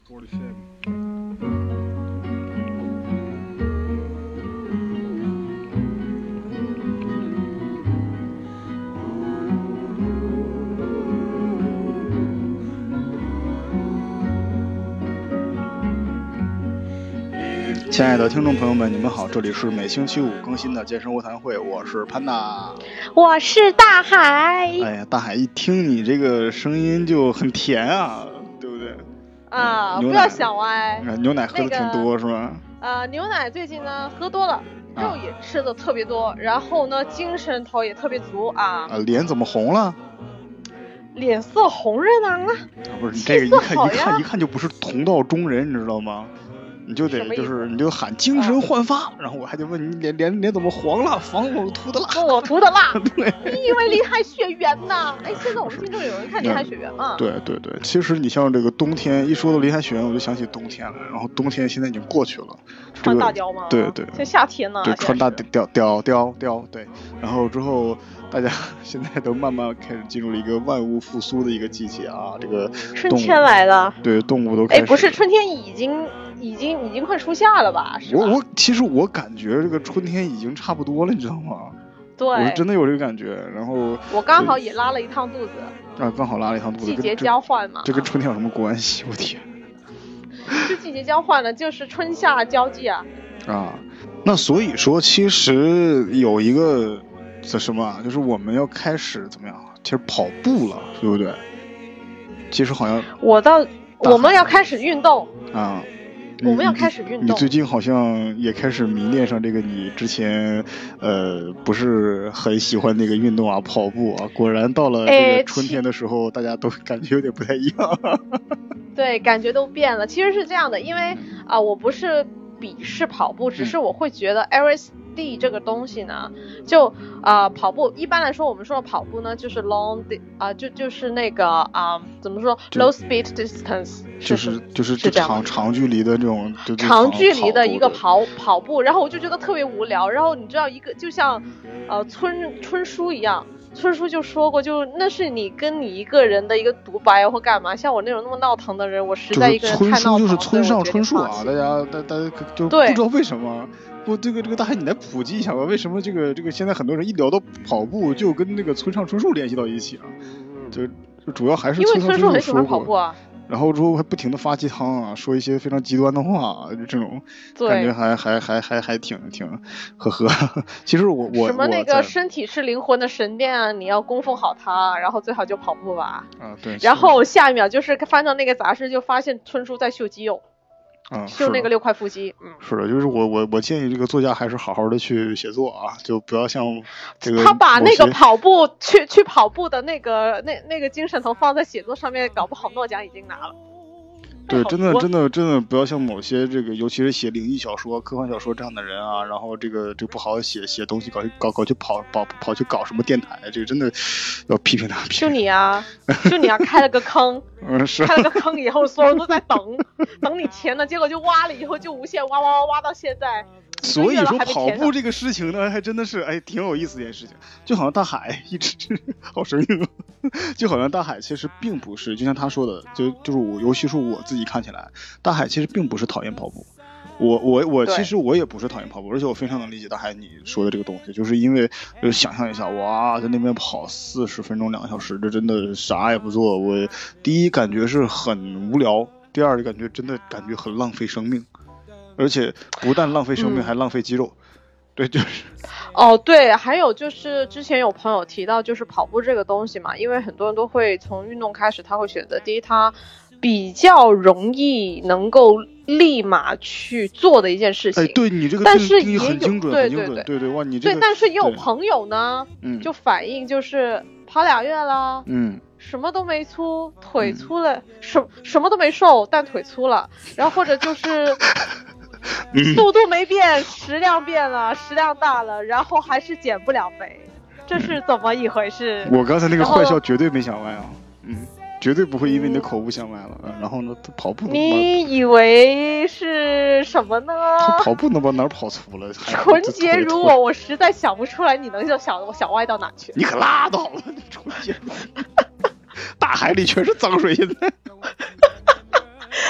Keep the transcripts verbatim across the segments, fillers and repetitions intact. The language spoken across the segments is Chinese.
亲爱的听众朋友们，你们好，这里是每星期五更新的健身卧谈会，我是潘达， 我是大海。 哎呀，大海一听你这个声音就很甜啊，对不对？ 啊，不要想歪。 牛奶喝的挺多、那个、是吧？ 呃，牛奶最近呢喝多了，肉也吃的特别多，啊、然后呢精神头也特别足啊。 啊，脸怎么红了？ 脸色红热呢、啊。 不是你这个一看一看一看就不是同道中人，你知道吗？你就得就是你就喊精神焕发、啊、然后我还得问你脸脸脸怎么黄了，防我涂的蜡， 我涂的蜡对， 你以为林海雪原呢？哎，现在我们听众有人看林海雪原吗？ 对对对，其实你像这个冬天，一说到林海雪原我就想起冬天了，然后冬天现在已经过去了， 穿大貂吗？ 这个、对对， 现在夏天呢， 对，穿大貂貂貂貂，对，然后之后大家现在都慢慢开始进入了一个万物复苏的一个季节啊，这个春天来了， 对，动物都开始， 哎，不是春天已经。已经已经快初夏了吧？是吧我我其实我感觉这个春天已经差不多了，你知道吗？ 对， 我是真的有这个感觉。然后我刚好也拉了一趟肚子。 啊，刚好拉了一趟肚子。 季节交换嘛。 这跟春天有什么关系？我天！ 就季节交换了，就是春夏交际啊。 啊，那所以说，其实有一个这什么，就是我们要开始怎么样？其实跑步了，对不对？其实好像我到我们要开始运动啊。 我们要开始运动。 你最近好像也开始迷恋上这个你之前呃不是很喜欢那个运动啊，跑步啊。果然到了这个春天的时候，大家都感觉有点不太一样。 对，感觉都变了。其实是这样的，因为啊、呃，我不是鄙视跑步，只是我会觉得 L S D 这个东西呢，就啊、呃、跑步一般来说我们说的跑步呢就是 long 啊、呃、就就是那个啊、呃、怎么说 low speed distance 就是就是长长距离的这种就长距离的一个跑跑步，然后我就觉得特别无聊。然后你知道一个就像呃村村叔一样，村叔就说过，就那是你跟你一个人的一个独白或干嘛。像我那种那么闹腾的人，我实在一个人太闹腾了。 就是村上春树啊，大家大大家就不知道为什么。不，这个这个大海，你来普及一下吧？为什么这个这个现在很多人一聊到跑步就跟那个村上春树联系到一起啊？就就主要还是村上春树说过，因为村树很喜欢跑步啊。 然后之后还不停的发鸡汤啊，说一些非常极端的话，这种感觉还还还还还挺挺呵呵。其实我我什么那个身体是灵魂的神殿啊，你要供奉好它，然后最好就跑步吧。 啊对。 然后下一秒就是翻到那个杂志，就发现村叔在秀肌肉。 嗯， 秀那个六块腹肌，嗯， 是的，就是我我我建议这个作家还是好好的去写作啊，就不要像这个他把那个跑步去去跑步的那个那那个精神头放在写作上面，搞不好诺奖已经拿了。 对，真的真的真的不要像某些这个，尤其是写灵异小说、科幻小说这样的人啊，然后这个这个不好好写写东西，搞搞搞去跑跑跑去搞什么电台，这个真的要批评他。批评就你啊，就你啊，开了个坑， 嗯是， 开了个坑以后，所有人都在等等你填呢，结果就挖了以后就无限挖挖挖挖到现在。 所以说跑步这个事情呢，还真的是哎挺有意思的一件事情，就好像大海一直好生硬，就好像大海其实并不是，就像他说的，就就是我，尤其是我自己看起来，大海其实并不是讨厌跑步。我我我其实我也不是讨厌跑步，而且我非常能理解大海你说的这个东西，就是因为就想象一下，哇，在那边跑四十分钟两个小时，这真的啥也不做，我第一感觉是很无聊，第二感觉真的感觉很浪费生命。而且不但浪费生命、嗯、还浪费肌肉，对，就是哦对，还有就是之前有朋友提到就是跑步这个东西嘛，因为很多人都会从运动开始，他会选择第一他比较容易能够立马去做的一件事情。 哎，对你这个但是也很精准， 对对对对对，哇，你这个对，但是也有朋友呢， 嗯， 就反映就是跑俩月了， 嗯。 什么都没粗，腿粗了，嗯、什什么都没瘦，但腿粗了，然后或者就是速度没变，食量变了，食量大了，然后还是减不了肥，这是怎么一回事？ 我刚才那个坏笑绝对没想歪啊，嗯，绝对不会因为你的口误想歪了。嗯、然后呢，他跑步你以为是什么呢？ 他跑步能把哪儿跑粗了？ 纯洁如我，我实在想不出来你能就想我想歪到哪去。 你可拉倒了，你纯洁。大海里全是脏水，现在。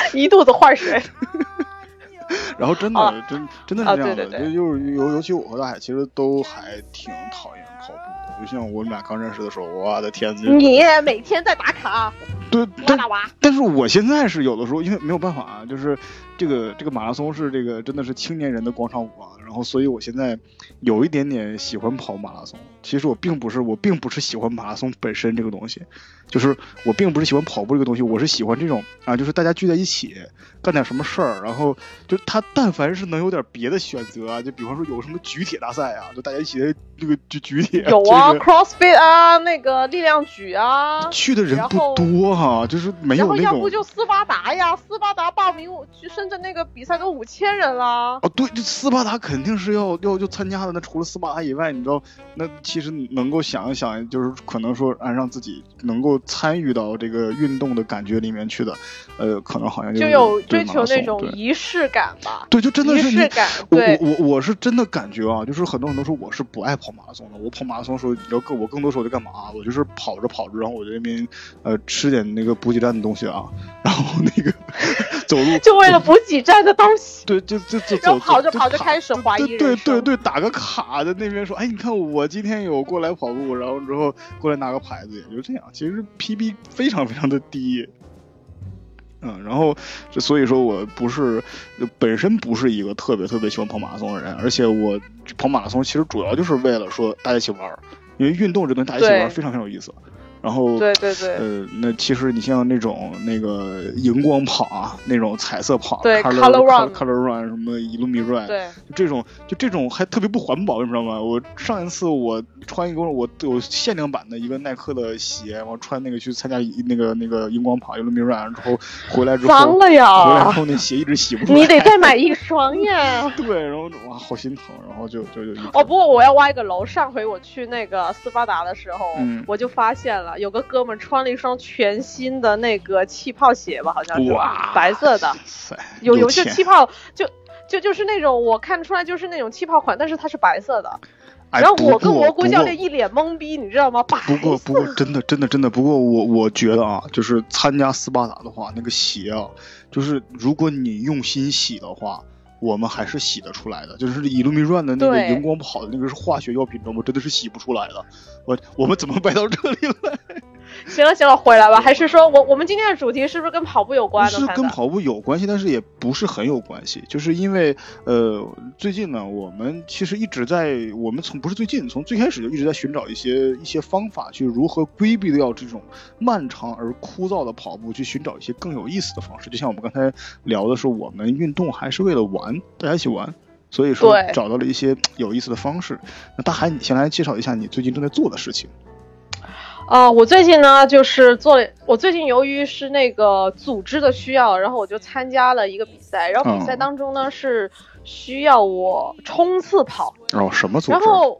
一肚子坏水。 然后真的、啊、真真的是这样的， 啊、对对对， 就就是尤尤其我和大海其实都还挺讨厌跑步的，就像我们俩刚认识的时候，我的天， 你每天在打卡， 对， 但打娃， 但是我现在是有的时候因为没有办法啊，就是这个这个马拉松是这个真的是青年人的广场舞啊，然后所以我现在有一点点喜欢跑马拉松。其实我并不是我并不是喜欢马拉松本身这个东西，就是我并不是喜欢跑步这个东西，我是喜欢这种啊，就是大家聚在一起干点什么事儿，然后就他但凡是能有点别的选择啊，就比方说有什么举铁大赛啊，就大家一起那个举举铁， 有啊、这个、，CrossFit 啊，那个力量举啊， 去的人不多哈、啊，就是没有那种。 然后要不就斯巴达呀，斯巴达报名去深圳那个比赛都五千人了。 哦，对，这斯巴达肯定是要要就参加的。那除了斯巴达以外，你知道，那其实能够想一想，就是可能说按让自己能够参与到这个运动的感觉里面去的，呃，可能好像 就, 就有追求那种仪式感吧。 对，就真的是仪式感。 我我我我是真的感觉啊，就是很多很多时候我是不爱跑马拉松的。我跑马拉松的时候，你知道更我更多时候在干嘛？我就是跑着跑着，然后我这边呃吃点那个补给站的东西啊，然后那个走路就为了补给站的东西。 对，就就就然后跑着跑着开始怀疑人生。 对对对，打个卡在那边说，哎，你看我今天有过来跑步，然后之后过来拿个牌子，也就这样。其实 P B 非常非常的低。嗯，然后所以说我不是本身不是一个特别特别喜欢跑马拉松的人，而且我跑马拉松其实主要就是为了说大家一起玩，因为运动这东西大家一起玩非常非常有意思。然后对对对， 呃，那其实你像那种那个荧光跑啊，那种彩色跑， 对 ，color color run color run 什么 illumi run， 对， 就这种就这种还特别不环保，你知道吗？我上一次我穿一个我有限量版的一个耐克的鞋，我穿那个去参加那个那个荧光跑 illumi run 之后回来之后脏了呀， 回来之后那鞋一直洗不出来， 你得再买一双呀。 对，然后哇好心疼，然后就就就哦，不过我要挖一个楼，上回我去那个斯巴达的时候， 嗯， 我就发现了有个哥们穿了一双全新的那个气泡鞋吧，好像是白色的，有有就气泡就就就是那种我看出来就是那种气泡款，但是它是白色的。 哎、 然后我跟蘑菇教练一脸懵逼，你知道吗？白色。 不过不过真的真的真的，不过我我觉得啊，就是参加斯巴达的话，那个鞋啊，就是如果你用心洗的话。我们还是洗得出来的，就是 illumi run 的那个荧光跑的那个是化学药品，我真的是洗不出来的。我我们怎么掰到这里来？ 行了行了，回来吧。还是说我我们今天的主题是不是跟跑步有关呢？ 是跟跑步有关系，但是也不是很有关系。就是因为呃，最近呢，我们其实一直在，我们从不是最近，从最开始就一直在寻找一些一些方法，去如何规避掉这种漫长而枯燥的跑步，去寻找一些更有意思的方式。就像我们刚才聊的是，我们运动还是为了玩，大家一起玩。所以说找到了一些有意思的方式。那大海，你先来介绍一下你最近正在做的事情。 啊、呃，我最近呢就是做了，我最近由于是那个组织的需要，然后我就参加了一个比赛，然后比赛当中呢、嗯、是需要我冲刺跑。 哦，什么组织？ 然后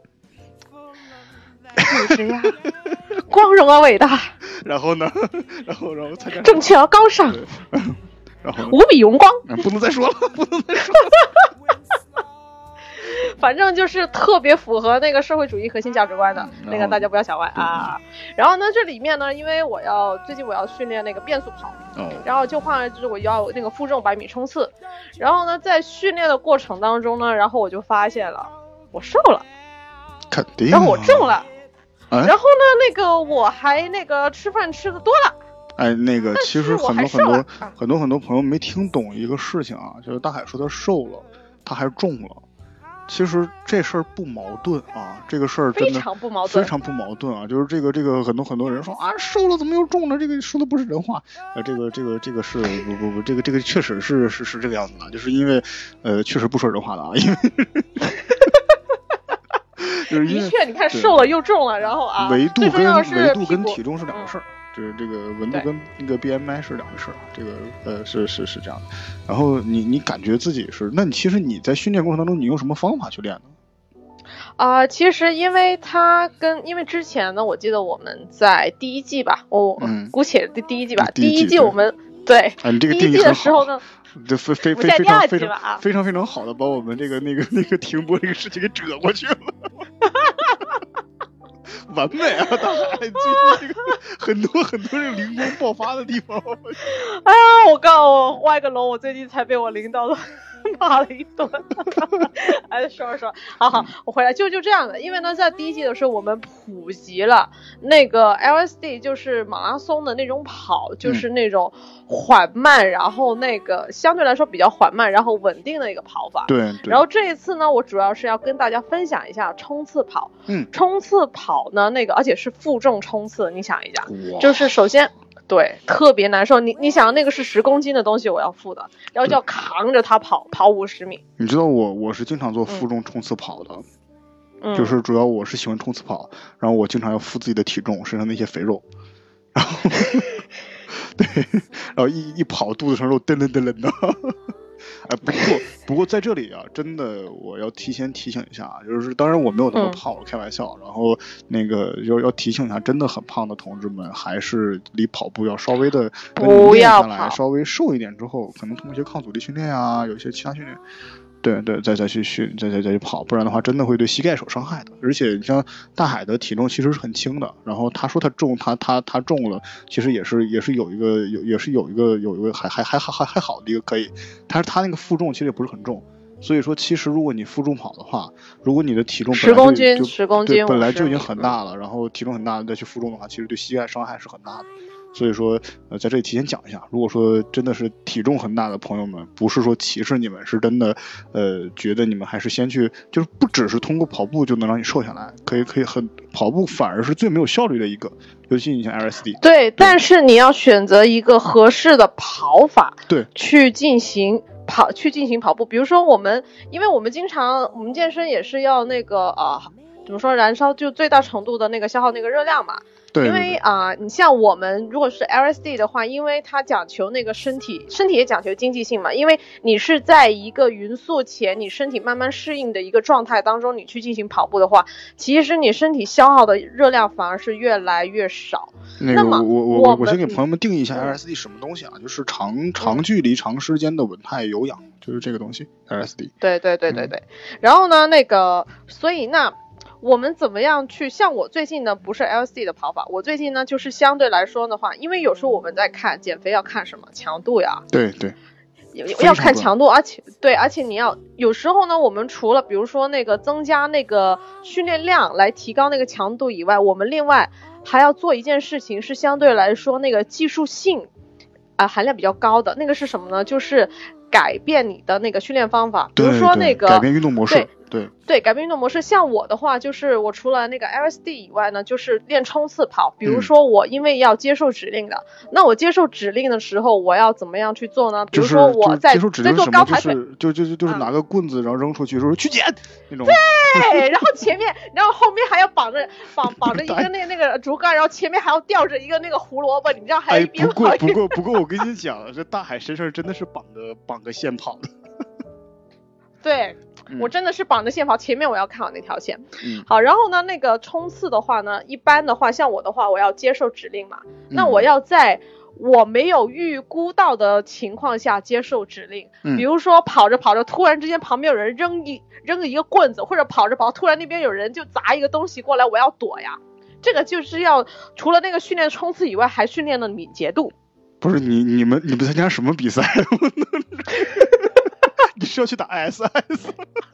组织呀，光荣而伟大。 然后呢？然后然后参加正气而高尚。 然后无比荣光、 嗯，不能再说了，不能再说了。 反正就是特别符合那个社会主义核心价值观的、嗯、那个，大家不要想歪啊。然后呢，这里面呢，因为我要最近我要训练那个变速跑， 哦、 然后就换了就是我要那个负重百米冲刺。然后呢，在训练的过程当中呢，然后我就发现了我瘦了， 肯定、啊。 然后我重了， 哎、 然后呢，那个我还那个吃饭吃的多了。 哎，那个其实很多很多、啊、很多很多朋友没听懂一个事情啊，就是大海说他瘦了，他还重了。其实这事儿不矛盾啊，这个事儿真的非常不矛盾， 非常不矛盾啊。就是这个这个很多很多人说啊，瘦了怎么又重了？这个说的不是人话。呃，这个这个这个是不不不，这个这个确实是是是这个样子的，就是因为呃确实不说人话的啊，因为。就是因为的确，你看瘦了又重了，然后啊， 维度跟维度跟体体重是两个事儿。嗯就是这个温度跟那个 B M I 是两回事儿，这个呃是是是这样的。然后你你感觉自己是，那你其实你在训练过程当中，你用什么方法去练呢？ 啊、呃，其实因为它跟因为之前呢，我记得我们在第一季吧，我、嗯、姑且第第一季吧，第一季我们对， 啊，你这个第一季的时候呢。 就非非非非常非常非常非常好的把我们这个那个那个停播这个事情给折过去了。 完美啊！大海最近这个很多很多这个灵光爆发的地方。 哎呀，我告我歪个楼，我最近才被我领导骂了一顿。哎，说说，好好，我回来就就这样的，因为呢，在第一季的时候我们普及了那个 L S D， 就是马拉松的那种跑，就是那种缓慢，然后那个相对来说比较缓慢，然后稳定的一个跑法。 对。对。 然后这一次呢，我主要是要跟大家分享一下冲刺跑。 嗯。 冲刺跑呢，那个而且是负重冲刺，你想一下，就是首先。对，特别难受。你你想，那个是十公斤的东西，我要负的，然后就要扛着它跑跑五十米。 你知道我我是经常做负重冲刺跑的，嗯、就是主要我是喜欢冲刺跑，然后我经常要负自己的体重，身上那些肥肉，然后对，然后一一跑肚子上肉噔噔噔噔的。哎，不过不过在这里啊，真的我要提前提醒一下啊，就是当然我没有那么胖，嗯、开玩笑。然后那个要要提醒一下，真的很胖的同志们，还是离跑步要稍微的不要练下来，稍微瘦一点之后，可能通过一些抗阻力训练啊，有一些其他训练。对对，再再去训，再再再去跑，不然的话真的会对膝盖受伤害的。而且你像大海的体重其实是很轻的，然后他说他重，他他他重了，其实也是也是有一个有也是有一个有一个还还还还还还好的一个可以，但是他那个负重其实也不是很重，所以说其实如果你负重跑的话，如果你的体重十公斤十公斤本来就已经很大了，然后体重很大再去负重的话，其实对膝盖伤害是很大的。所以说，呃，在这里提前讲一下，如果说真的是体重很大的朋友们，不是说歧视你们，是真的，呃，觉得你们还是先去，就是不只是通过跑步就能让你瘦下来，可以可以很跑步反而是最没有效率的一个，尤其你像 L S D。 对，但是你要选择一个合适的跑法， 对， 去进行跑去进行跑步。比如说我们，因为我们经常我们健身也是要那个啊、呃，怎么说，燃烧就最大程度的那个消耗那个热量嘛。 对， 因为啊、呃，你像我们如果是 L S D 的话，因为它讲求那个身体，身体也讲求经济性嘛。因为你是在一个匀速前，你身体慢慢适应的一个状态当中，你去进行跑步的话，其实你身体消耗的热量反而是越来越少。 那个我我我我先给朋友们定义一下 L S D 什么东西啊，就是长长距离、长时间的稳态有氧，就是这个东西 L S D。 对对对对对。嗯、然后呢，那个所以那。我们怎么样去，像我最近呢不是 L S D 的跑法，我最近呢就是相对来说的话，因为有时候我们在看减肥要看什么强度呀， 对对， 要看强度，而且对，而且你要有时候呢，我们除了比如说那个增加那个训练量来提高那个强度以外，我们另外还要做一件事情，是相对来说那个技术性啊、呃、含量比较高的，那个是什么呢？就是改变你的那个训练方法，比如说那个改变运动模式， 对对对，改变运动模式。像我的话，就是我除了那个 L S D 以外呢，就是练冲刺跑。比如说我因为要接受指令的，嗯、那我接受指令的时候，我要怎么样去做呢？比如说我在、 就是、 在做高抬腿， 就就就就是拿个棍子，然后扔出去说去捡那种。 对，然后前面，然后后面还要绑着绑绑着一个那那个竹竿，然后前面还要吊着一个那个胡萝卜，你知道还一边跑。 哎，不过不过不过我跟你讲，这大海身上真的是绑着绑个线跑的。 对。我真的是绑着线跑，前面我要看好那条线。 嗯， 好，然后呢，那个冲刺的话呢，一般的话，像我的话，我要接受指令嘛， 嗯、 那我要在我没有预估到的情况下接受指令。 嗯， 比如说跑着跑着，突然之间旁边有人扔一扔一个棍子，或者跑着跑，突然那边有人就砸一个东西过来，我要躲呀。这个就是要除了那个训练冲刺以外，还训练了敏捷度。 不是你你们你们参加什么比赛？你是要去打 S S？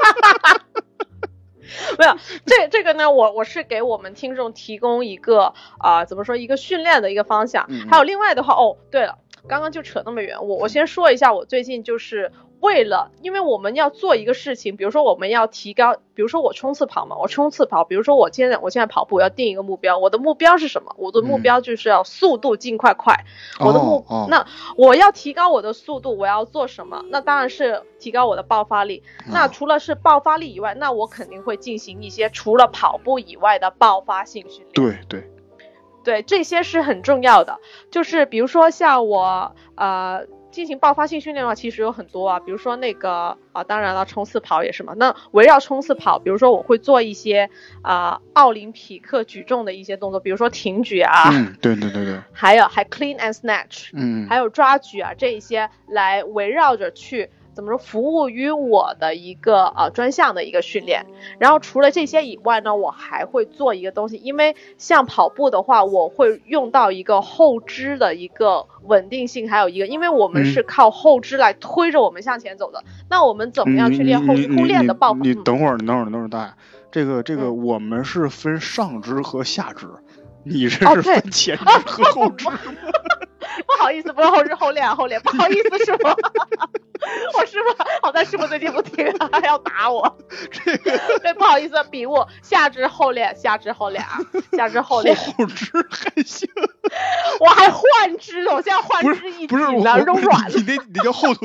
没有，这这个呢，我我是给我们听众提供一个啊、呃，怎么说一个训练的一个方向。 嗯、 还有另外的话，哦，对了，刚刚就扯那么远，我我先说一下，我最近就是为了，因为我们要做一个事情，比如说我们要提高，比如说我冲刺跑嘛，我冲刺跑，比如说我现在我现在跑步要定一个目标，我的目标是什么？我的目标就是要速度尽快快。 嗯、 我的目、 哦哦、 那我要提高我的速度，我要做什么？那当然是提高我的爆发力。 嗯、 那除了是爆发力以外，那我肯定会进行一些除了跑步以外的爆发性训练。 对对。 对，这些是很重要的。就是比如说像我呃进行爆发性训练的话，其实有很多啊，比如说那个啊，当然了，冲刺跑也是嘛。那围绕冲刺跑，比如说我会做一些啊、呃、奥林匹克举重的一些动作，比如说挺举啊， 嗯，对对对对， 还有还 clean and snatch， 嗯， 还有抓举啊，这一些来围绕着去怎么说服务于我的一个呃专项的一个训练。然后除了这些以外呢，我还会做一个东西，因为像跑步的话，我会用到一个后肢的一个稳定性，还有一个，因为我们是靠后肢来推着我们向前走的。嗯、那我们怎么样去练后肢后练的爆发？ 你你等会儿，你等会儿，你等会儿，大爷，这个这个、嗯、我们是分上肢和下肢，你这是分前肢和后肢。哦不好意思，不是后肢后练后练，不好意思师傅，我师傅好在师傅最近不听，还要打我。 这个对，不好意思，笔误，下肢后练，下肢后练啊，下肢后练。 后肢还行， 我还换肢，我现在换肢一不是紧了，柔软了。 你那你叫后腿。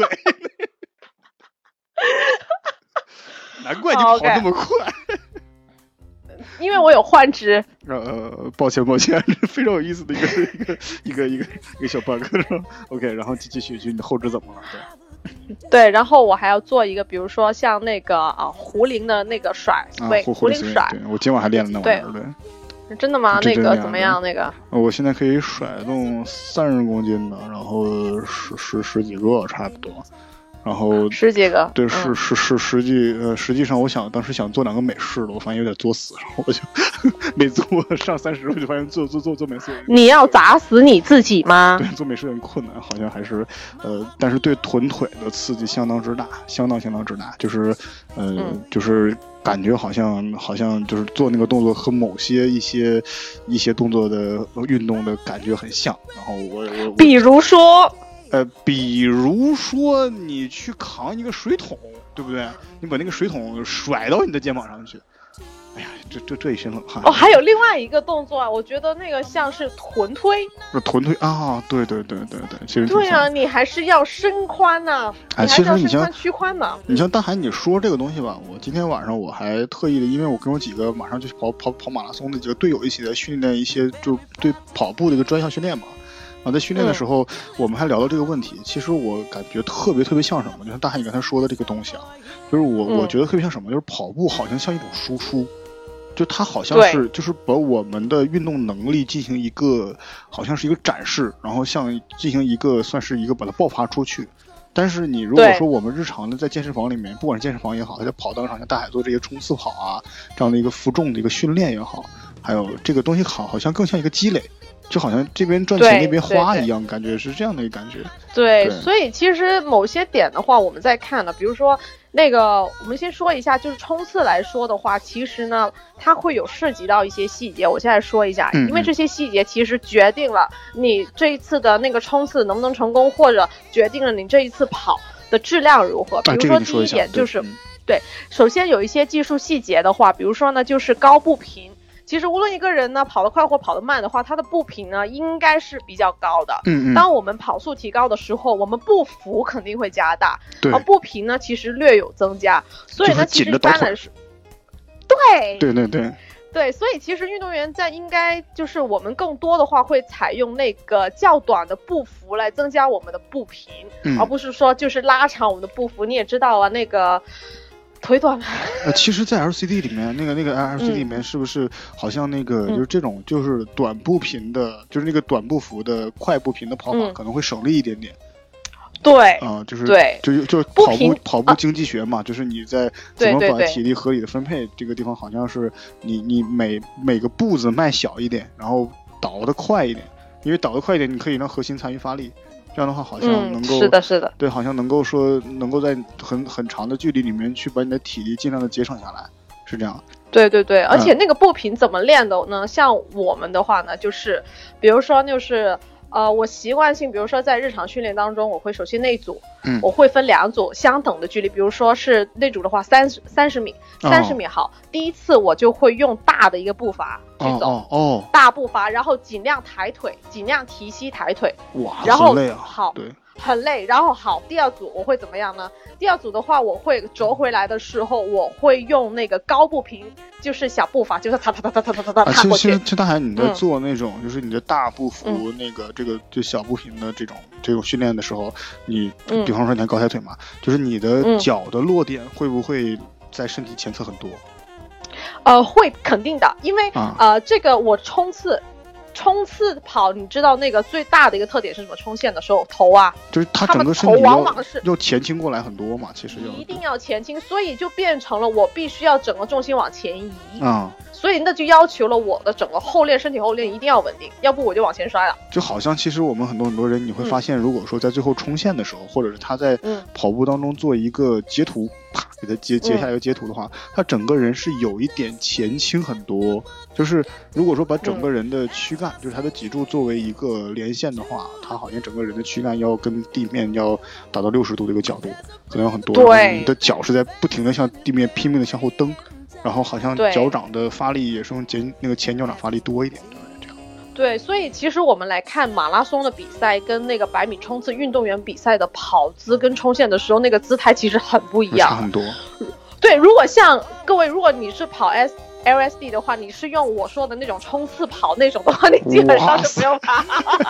难怪你跑那么快。 Okay. 因为我有换肢。 呃，抱歉抱歉，非常有意思的一个一个一个一个一个小 bug 是吧 ？OK， 然后继续去你的后肢怎么了？ 对，对，然后我还要做一个，比如说像那个啊壶铃的那个甩，对， 壶壶铃甩。 对，我今晚还练了那玩意儿， 对。真的吗？那个怎么样？那个？ 我现在可以甩动三十公斤的，然后十十十几个差不多。然后十几个， 对，是是是，实际呃，实际上我想当时想做两个美式的，我发现有点作死，然后我就没做上三十，我就发现做做做做美式。 你要砸死你自己吗？ 对，做美式很困难，好像还是呃，但是对臀腿的刺激相当之大，相当相当之大，就是呃，嗯、就是感觉好像好像就是做那个动作和某些一些一些动作的运动的感觉很像，然后我我比如说。 呃，比如说你去扛一个水桶，对不对？你把那个水桶甩到你的肩膀上去，哎呀，这这这一身冷汗。 哦，还有另外一个动作啊，我觉得那个像是臀推。 是臀推啊，对对对对对，其实对啊，你还是要伸髋呐、啊， 哎，其实你像屈髋嘛。 你像大海，你说这个东西吧，我今天晚上我还特意的，因为我跟我几个马上就跑跑跑马拉松的几个队友一起在训练一些，就对跑步的一个专项训练嘛。啊，在训练的时候、嗯，我们还聊到这个问题。其实我感觉特别特别像什么，就像大海你刚才说的这个东西啊，就是我、嗯、我觉得特别像什么，就是跑步好像像一种输出，就它好像是就是把我们的运动能力进行一个好像是一个展示，然后像进行一个算是一个把它爆发出去。但是你如果说我们日常的在健身房里面，不管是健身房也好，还在跑道上像大海做这些冲刺跑啊这样的一个负重的一个训练也好，还有这个东西好好像更像一个积累。就好像这边赚钱那边花一样，感觉是这样的一个感觉。 对，所以其实某些点的话，我们在看呢，比如说那个，我们先说一下，就是冲刺来说的话，其实呢，它会有涉及到一些细节。我现在说一下， 嗯、 因为这些细节其实决定了你这一次的那个冲刺能不能成功，或者决定了你这一次跑的质量如何。比如说第一点就是， 啊这个、 对，首先有一些技术细节的话，比如说呢，就是高步频。其实无论一个人呢跑得快或跑得慢的话，他的步频呢应该是比较高的。 嗯嗯。 当我们跑速提高的时候，我们步幅肯定会加大， 对。 而步频呢其实略有增加，所以呢、就是、其实一般来说，对。 对对对。 对，所以其实运动员在应该就是我们更多的话会采用那个较短的步幅来增加我们的步频、 嗯， 而不是说就是拉长我们的步幅。你也知道啊，那个。腿短了。 呃，其实，在 L C D 里面，那个那个 L C D 里面是不是好像那个、嗯、就是这种就是短步频的，就是那个短步幅的快步频的跑法、嗯、可能会省力一点点。 对， 啊、呃，就是对， 就就跑步跑步经济学嘛、啊，就是你在怎么把体力合理的分配， 对对对这个地方好像是你你每每个步子迈小一点，然后倒得快一点，因为倒得快一点，你可以让核心参与发力。这样的话好像能够、 嗯、是的是的， 对，好像能够说能够在很很长的距离里面去把你的体力尽量的节省下来，是这样。 对对对，而且那个步频怎么练的呢、嗯、像我们的话呢，就是比如说就是呃，我习惯性比如说在日常训练当中，我会首先那组嗯， 我会分两组相等的距离，比如说是那组的话三十三十米三十米好、哦、第一次我就会用大的一个步伐去走， 哦 哦, 哦大步伐，然后尽量抬腿，尽量提膝抬腿， 哇， 然后很累啊， 好， 对， 很累。然后好，第二组我会怎么样呢？第二组的话，我会折回来的时候，我会用那个高步频，就是小步伐，就是踏踏踏踏踏踏踏踏踏过去。 其实，其实大海你在做那种、嗯，就是你的大步幅、嗯、那个这个就小步频的这种这种训练的时候，你比方说你看高抬腿嘛，嗯、就是你的脚的落点会不会在身体前侧很多？ 呃，会肯定的，因为、 啊、 呃，这个我冲刺。 冲刺跑，你知道那个最大的一个特点是什么？冲线的时候头啊， 就是他整个身体要要前倾过来很多嘛，其实一定要前倾，所以就变成了我必须要整个重心往前移啊、嗯， 所以那就要求了我的整个后链身体后链一定要稳定，要不我就往前摔了。 就好像其实我们很多很多人你会发现，如果说在最后冲线的时候，嗯、或者是他在跑步当中做一个截图，啪给他截截下一个截图的话，嗯、他整个人是有一点前倾很多。就是如果说把整个人的躯干，嗯、就是他的脊柱作为一个连线的话，他好像整个人的躯干要跟地面要达到六十度的一个角度，可能有很多。 对， 你的脚是在不停的向地面拼命的向后蹬，然后好像脚掌的发力也是用前那个前脚掌发力多一点。 对，所以其实我们来看马拉松的比赛跟那个百米冲刺运动员比赛的跑姿跟冲线的时候，那个姿态其实很不一样， 差很多。 对，如果像各位，如果你是跑 S L S D 的话，你是用我说的那种冲刺跑那种的话，你基本上是不用跑。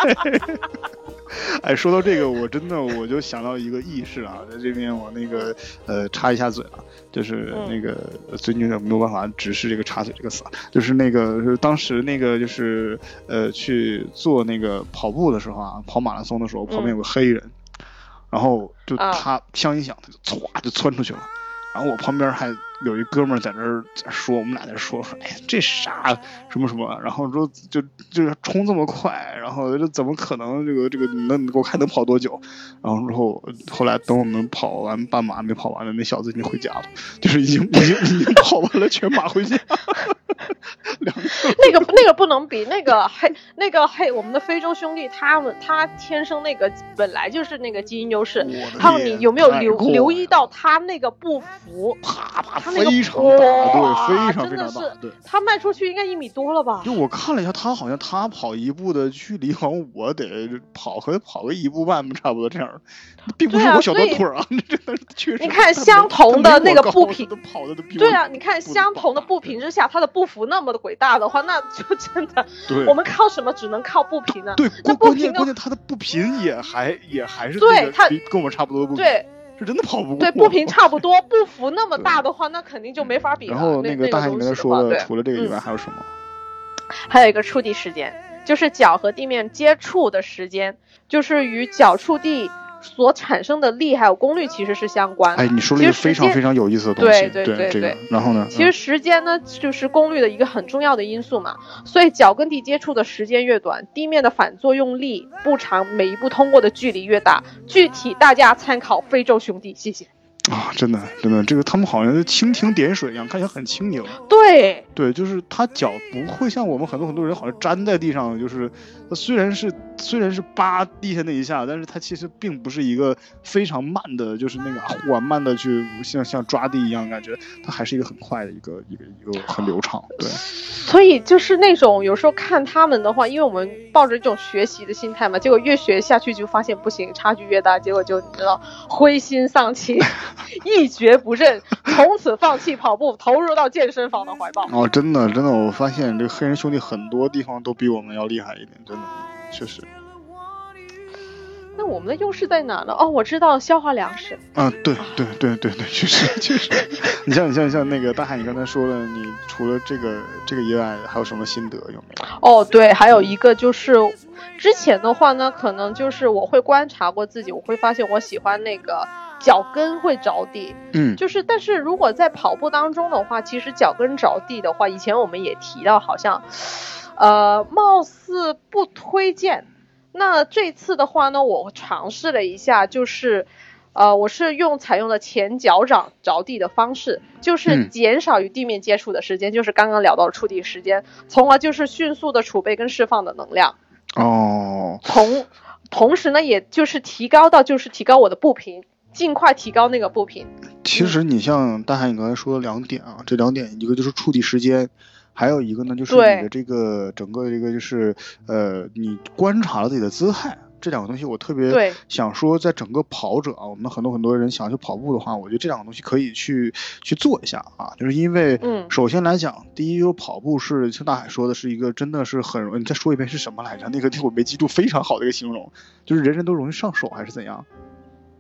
哎，说到这个，我真的我就想到一个轶事啊，在这边我那个呃插一下嘴啊，就是那个、嗯、最近没有办法直视这个插嘴这个词，就是那个是当时那个就是呃去做那个跑步的时候啊，跑马拉松的时候，旁边有个黑人，嗯、然后就他枪一响，他就唰就窜出去了，然后我旁边还有一哥们儿在那儿说，我们俩在说说，哎，这啥什么什么，然后说就就是冲这么快，然后这怎么可能这个这个能我看能跑多久？然后之后后来等我们跑完半马没跑完了，那小子已经回家了，就是已经已经已经跑完了全马回家。 那个那个不能比那个黑那个黑我们的非洲兄弟，他们他天生那个本来就是那个基因优势。还有你有没有留留意到他那个步幅？ 啪啪他那个非常大，对，非常非常大，对。 他迈出去应该一米多了吧？ 就我看了一下，他好像他跑一步的距离，好像我得跑和跑个一步半差不多这样，并不是我小短腿啊，这真的确实。 你看相同的那个步频， 跑的都比我对啊，你看相同的步频之下，他的步幅那么的伟大的话，那就真的，我们靠什么？只能靠步频呢？ 对， 那步频关键他的步频也还也还是对他跟我差不多的步频。 对。 是真的跑不过， 对，步频差不多，步幅那么大的话，那肯定就没法比了。 然后那个大海，你刚才说的， 除了这个以外还有什么？ 还有一个触地时间，就是脚和地面接触的时间，就是与脚触地所产生的力还有功率其实是相关的。 哎，你说了一个非常非常有意思的东西。 对对对对，这个。然后呢？ 其实时间呢，就是功率的一个很重要的因素嘛。所以脚跟地接触的时间越短，地面的反作用力不长，每一步通过的距离越大。具体大家参考非洲兄弟，谢谢。 啊，真的真的，这个他们好像是蜻蜓点水一样，看起来很轻盈。 对对，就是他脚不会像我们很多很多人好像粘在地上，就是他虽然是虽然是扒地下那一下，但是他其实并不是一个非常慢的，就是那个缓慢的去像像抓地一样感觉，它还是一个很快的一个一个一个很流畅。对， 所以就是那种有时候看他们的话，因为我们抱着一种学习的心态嘛，结果越学下去就发现不行，差距越大，结果就你知道灰心丧气。一蹶不振，从此放弃跑步，投入到健身房的怀抱。 哦，真的真的，我发现这个黑人兄弟很多地方都比我们要厉害一点，真的，确实。 那我们的优势在哪呢？哦，我知道，消化粮食。 啊，对对对对对，确实确实。你像你像像那个大海，你刚才说了，你除了这个这个以外，还有什么心得有没有？ 哦，对，还有一个就是之前的话呢，可能就是我会观察过自己，我会发现我喜欢那个脚跟会着地， 嗯， 就是但是如果在跑步当中的话，其实脚跟着地的话，以前我们也提到，好像呃貌似不推荐。那这次的话呢，我尝试了一下，就是呃我是用采用了前脚掌着地的方式，就是减少与地面接触的时间，嗯、就是刚刚聊到的触地时间，从而就是迅速的储备跟释放的能量。 哦， 同同时呢，也就是提高到就是提高我的步频，尽快提高那个步频。 其实你像大海你刚才说的两点啊，这两点一个就是触地时间，还有一个呢就是你的这个整个这个就是呃你观察了自己的姿态。这两个东西我特别想说，在整个跑者啊，我们很多很多人想去跑步的话，我觉得这两个东西可以去去做一下啊，就是因为， 嗯， 首先来讲，第一，就跑步是像大海说的，是一个真的是很容易，你再说一遍是什么来着？那个我没记住，非常好的一个形容，就是人人都容易上手还是怎样？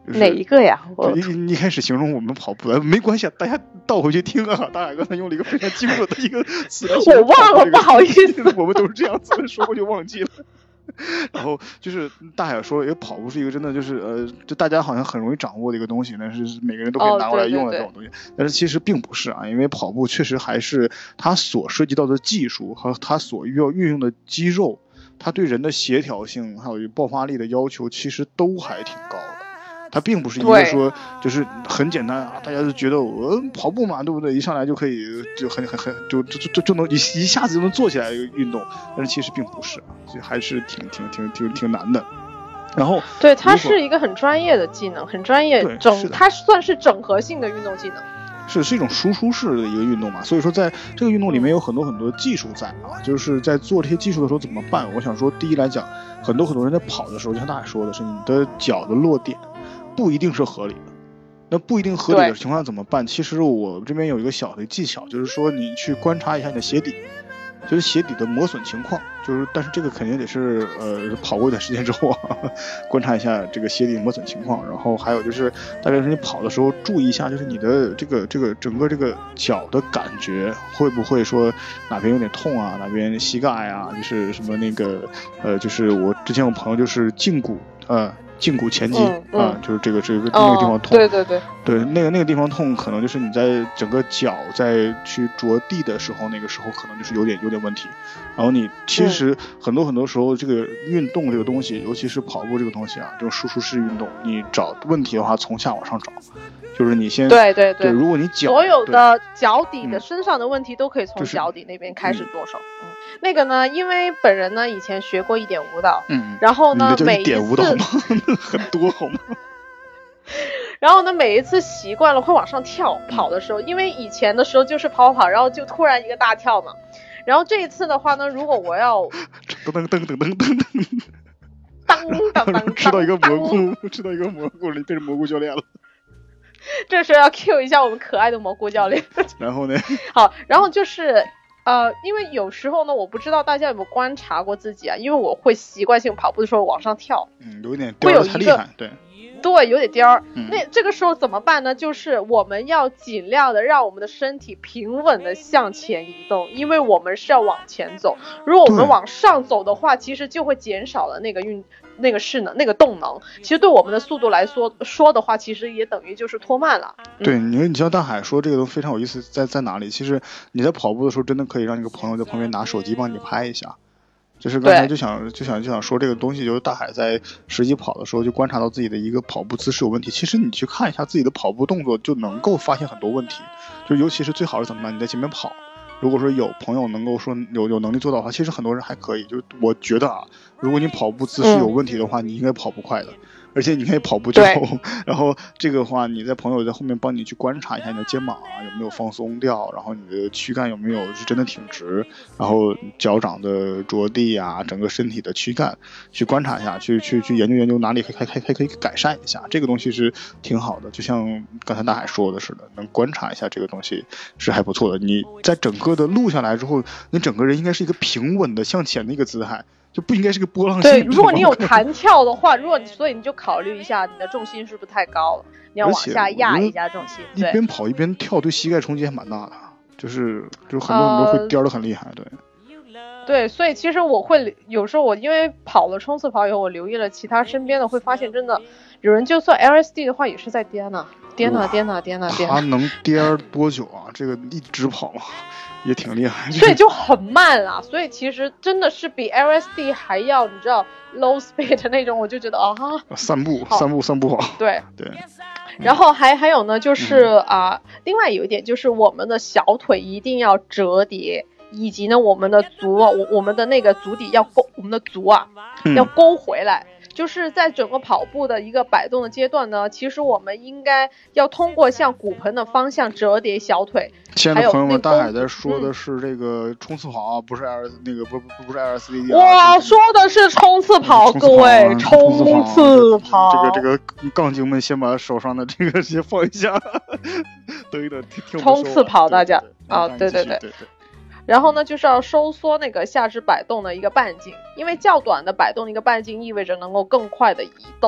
就是、 哪一个呀？我一一开始形容我们跑步，没关系，大家倒回去听啊。大海刚才用了一个非常精准的一个词来形容跑步、这个， 我忘了，不好意思， 我们都是这样子说过就忘记了。然后就是大海说了，因为跑步是一个真的就是呃，就大家好像很容易掌握的一个东西，但是每个人都可以拿过来用的这种东西。哦、对对对，但是其实并不是啊，因为跑步确实还是它所涉及到的技术和它所要运用的肌肉，它对人的协调性还有爆发力的要求，其实都还挺高的。它并不是一个说就是很简单啊，大家就觉得我跑步嘛，对不对？一上来就可以就很很很就就就就能一一下子就能做起来一个运动，但是其实并不是，就还是挺挺挺挺挺难的。然后对，它是一个很专业的技能，很专业整，它算是整合性的运动技能。 是是一种输出式的一个运动嘛，所以说在这个运动里面有很多很多技术在啊，就是在做这些技术的时候怎么办？我想说，第一来讲，很多很多人在跑的时候，就像大海说的是，你的脚的落点不一定是合理的。那不一定合理的情况下怎么办？其实我这边有一个小的技巧，就是说你去观察一下你的鞋底，就是鞋底的磨损情况，就是但是这个肯定得是呃跑过一段时间之后啊，观察一下这个鞋底磨损情况。然后还有就是大概是你跑的时候注意一下，就是你的这个这个整个这个脚的感觉会不会说哪边有点痛啊，哪边膝盖啊，就是什么那个呃就是我之前有朋友就是胫骨呃胫骨前肌、嗯嗯、啊，就是这个这个、哦、那个地方痛， 对对对对，那个那个地方痛，可能就是你在整个脚在去着地的时候，那个时候可能就是有点有点问题。然后你其实很多很多时候，这个运动这个东西，尤其是跑步这个东西啊，这种输出式运动，你找问题的话，从下往上找，就是你先对对 对, 对，如果你脚所有的脚底的身上的问题都可以从脚底那边开始着手。嗯，嗯那个呢，因为本人呢以前学过一点舞蹈， 嗯， 然后呢每一点舞蹈吗？很多好吗？ 然后呢，每一次习惯了会往上跳，跑的时候，因为以前的时候就是跑跑，然后就突然一个大跳嘛。然后这一次的话呢，如果我要噔噔噔噔噔噔噔， 当当当， 吃到一个蘑菇，吃到一个蘑菇里变成蘑菇教练了。 这时候要 cue 一下我们可爱的蘑菇教练。 然后呢？ 好，然后就是呃，因为有时候呢，我不知道大家有没有观察过自己啊，因为我会习惯性跑步的时候往上跳， 嗯，有点掉得太厉害，对。 对，有点颠儿、 嗯。 那这个时候怎么办呢？就是我们要尽量的让我们的身体平稳的向前移动，因为我们是要往前走。如果我们往上走的话，其实就会减少了那个运那个势能、那个动能。其实对我们的速度来说说的话，其实也等于就是拖慢了。 嗯、对，你你像大海说这个都非常有意思，在在哪里？其实你在跑步的时候，真的可以让一个朋友在旁边拿手机帮你拍一下。就是刚才就想就想就想说这个东西，就是大海在实际跑的时候就观察到自己的一个跑步姿势有问题。其实你去看一下自己的跑步动作，就能够发现很多问题。就尤其是最好是怎么办？你在前面跑，如果说有朋友能够说有有能力做到的话，其实很多人还可以。就我觉得啊，如果你跑步姿势有问题的话，嗯、你应该跑不快的。而且你可以跑步之后，然后这个话你在朋友在后面帮你去观察一下你的肩膀啊有没有放松掉，然后你的躯干有没有是真的挺直，然后脚掌的着地啊，整个身体的躯干去观察一下，去去去研究研究哪里还还还可以改善一下，这个东西是挺好的。就像刚才大海说的似的，能观察一下这个东西是还不错的。你在整个的录下来之后，你整个人应该是一个平稳的向前的一个姿态。就不应该是个波浪性。 对，如果你有弹跳的话，如果你所以你就考虑一下你的重心是不是太高了，你要往下压一下重心。 一边跑一边跳，对膝盖冲击还蛮大的，就是就是很多人都会颠得很厉害，对。 呃、对，所以其实我会有时候我因为跑了冲刺跑以后，我留意了其他身边的，会发现真的有人就算 L S D 的话也是在颠呐，颠呐颠呐颠呐颠。 他能颠多久啊？这个一直跑也挺厉害， 所以就很慢啦。所以其实真的是比 L S D 还要，你知道 low speed 的那种，我就觉得啊哈。 散步，散步，散步跑。 对对。 然后还还有呢，就是啊、呃，另外有一点就是我们的小腿一定要折叠，以及呢我们的足啊，我我们的那个足底要勾，我们的足啊、嗯、要勾回来。就是在整个跑步的一个摆动的阶段呢，其实我们应该要通过向骨盆的方向折叠小腿。 亲爱的朋友们，大海在说的是这个冲刺跑啊，嗯、不是 L 那个不不不是 L S D。 哇，说的是冲刺跑，各位，冲刺跑。 这个这个杠精们先把手上的这个先放一下，等一等，听冲刺跑，大家啊，对对对对。然后呢，就是要收缩那个下肢摆动的一个半径，因为较短的摆动的一个半径意味着能够更快的移动。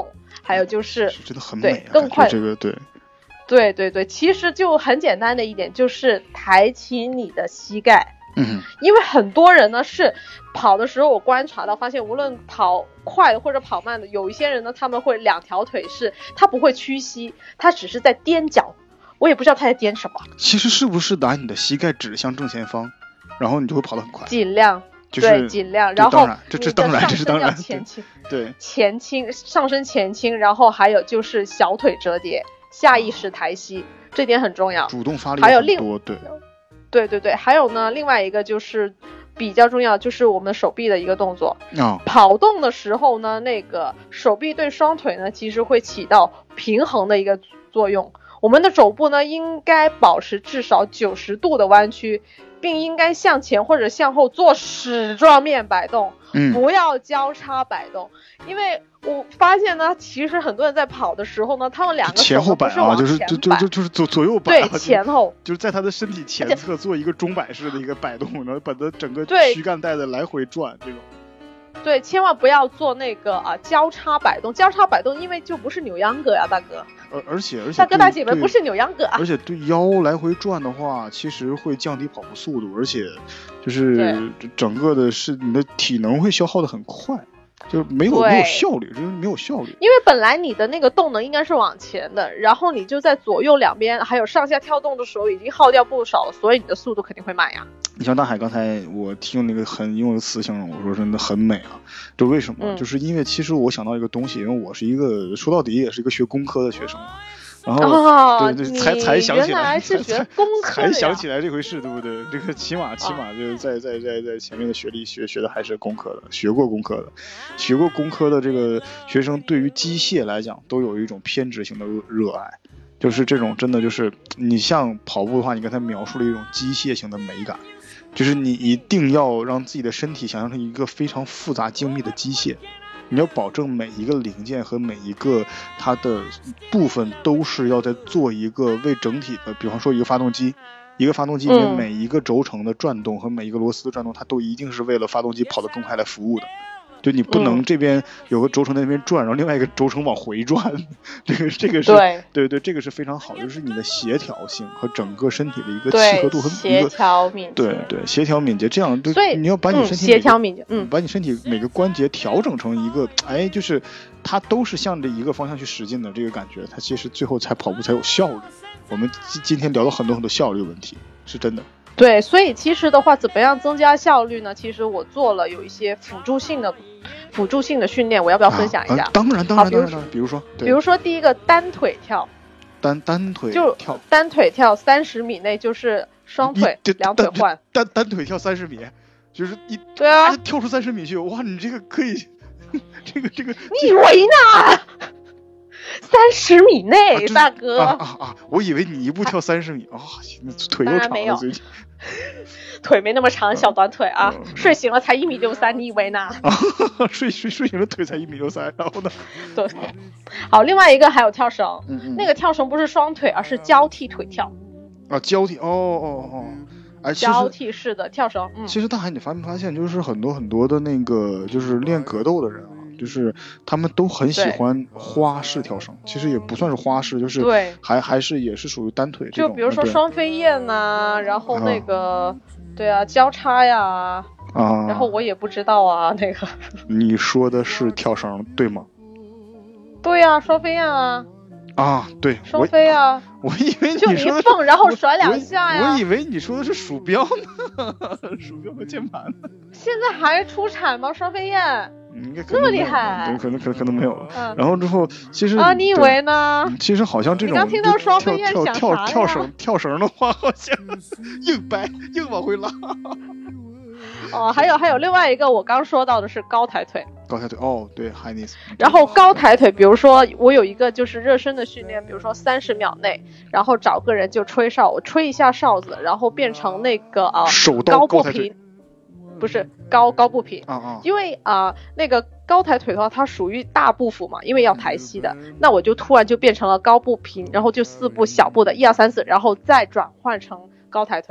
还有就是是真的很美、啊， 对更快这个对。 对对对，其实就很简单的一点，就是抬起你的膝盖。 嗯， 因为很多人呢是跑的时候，我观察到发现，无论跑快的或者跑慢的，有一些人呢他们会两条腿是他不会屈膝，他只是在踮脚，我也不知道他在踮什么。 其实是不是拿你的膝盖指向正前方，然后你就会跑得很快？ 尽量。 就是对，尽量，然后这这当然这是当然前倾， 对， 前倾，上身前倾，然后还有就是小腿折叠，下意识抬膝，这点很重要。 主动发力还有另对， 对对对，还有呢，另外一个就是比较重要，就是我们手臂的一个动作。 哦、 跑动的时候呢，那个手臂对双腿呢，其实会起到平衡的一个作用。我们的肘部呢，应该保持至少九十度的弯曲，并应该向前或者向后做矢状面摆动， 嗯， 不要交叉摆动。因为我发现呢，其实很多人在跑的时候呢，他们两个前后摆啊，就是就就就就是左左右摆、啊， 对，前后， 就是在他的身体前侧做一个钟摆式的一个摆动，然后把他整个躯干带的来回转这种。 对，千万不要做那个啊交叉摆动，交叉摆动，因为就不是扭秧歌呀，大哥。 而而且而且， 大哥大姐们不是扭秧歌啊。 而且对腰来回转的话，其实会降低跑步速度，而且就是整个的是你的体能会消耗的很快。就是没有没有效率，就是没有效率。 因为本来你的那个动能应该是往前的，然后你就在左右两边还有上下跳动的时候已经耗掉不少了，所以你的速度肯定会慢呀。 你像大海刚才我听那个很用的词形容，我说真的很美啊。这为什么、嗯？就是因为其实我想到一个东西，因为我是一个说到底也是一个学工科的学生。然后、 哦、 对对，才才想起来， 原来是学工科才想起来这回事，对不对？这个起码起码就是在在在在前面的学历学学的还是工科的，学过工科的，学过工科的这个学生对于机械来讲都有一种偏执性的热爱，就是这种真的就是你像跑步的话，你刚才描述了一种机械性的美感，就是你一定要让自己的身体想象成一个非常复杂精密的机械。你要保证每一个零件和每一个它的部分都是要在做一个为整体的，比方说一个发动机，一个发动机里面每一个轴承的转动和每一个螺丝的转动，它都一定是为了发动机跑得更快来服务的。就你不能这边有个轴承在那边转，然后另外一个轴承往回转，这个这个是对对对，这个是非常好，就是你的协调性和整个身体的一个契合度和协调敏捷， 对对协调敏捷，这样所以你要把你身体、 嗯、协调敏捷，嗯， 把你身体每个关节调整成一个，哎，就是它都是向着一个方向去使劲的这个感觉，它其实最后才跑步才有效率。我们今天聊了很多很多效率问题，是真的。 对，所以其实的话，怎么样增加效率呢？其实我做了有一些辅助性的、辅助性的训练，我要不要分享一下？ 啊啊、当然，当然，当然，当然。比如说， 比如说第一个单腿跳， 单单腿就跳， 单腿跳三十米内就是双腿两腿换， 单单腿跳三十米，就是一对啊， 跳出三十米去，哇，你这个可以，这个这个， 你以为呢？三十米内、 啊就是， 大哥啊啊啊！我以为你一步跳三十米啊，你腿又长了，最近腿没那么长，小短腿啊，嗯、睡醒了才一米六三，你以为呢？ 啊，睡睡睡醒了腿才一米六三，然后呢？ 对，好，另外一个还有跳绳， 嗯嗯那个跳绳不是双腿，而是交替腿跳。 啊，交替，哦哦哦。哎， 交替式的跳绳。嗯， 其实大海，你发没发现，就是很多很多的那个，就是练格斗的人啊，就是他们都很喜欢花式跳绳。其实也不算是花式，就是对， 还还是也是属于单腿这种。 就比如说双飞燕呐、啊，然后那个、啊，对啊，交叉呀， 啊， 然后我也不知道啊，那个。 你说的是跳绳对吗？ 对呀、啊，双飞燕啊。 啊，对， 双飞啊！ 我以为你说的就一蹦，然后甩两下呀。 我以为你说的是鼠标呢，鼠标和键盘。 现在还出产吗？双飞燕？ 应该这么厉害？ 对，可能可能可能没有了。 嗯、 然后之后，其实啊，你以为呢？ 其实好像这种你刚听到双飞燕跳跳跳跳绳跳绳的话，好像硬掰硬往回拉。 哦，还有还有另外一个，我刚说到的是高抬腿。 高抬腿哦，对 ，high knees。 然后高抬腿，比如说我有一个就是热身的训练，比如说三十秒内，然后找个人就吹哨，我吹一下哨子，然后变成那个啊、呃、 手高不平，不是高高不平啊啊， 因为啊、呃、那个高抬腿的话，它属于大步幅嘛，因为要抬膝的，那我就突然就变成了高不平，然后就四步小步的一二三四，然后再转换成高抬腿。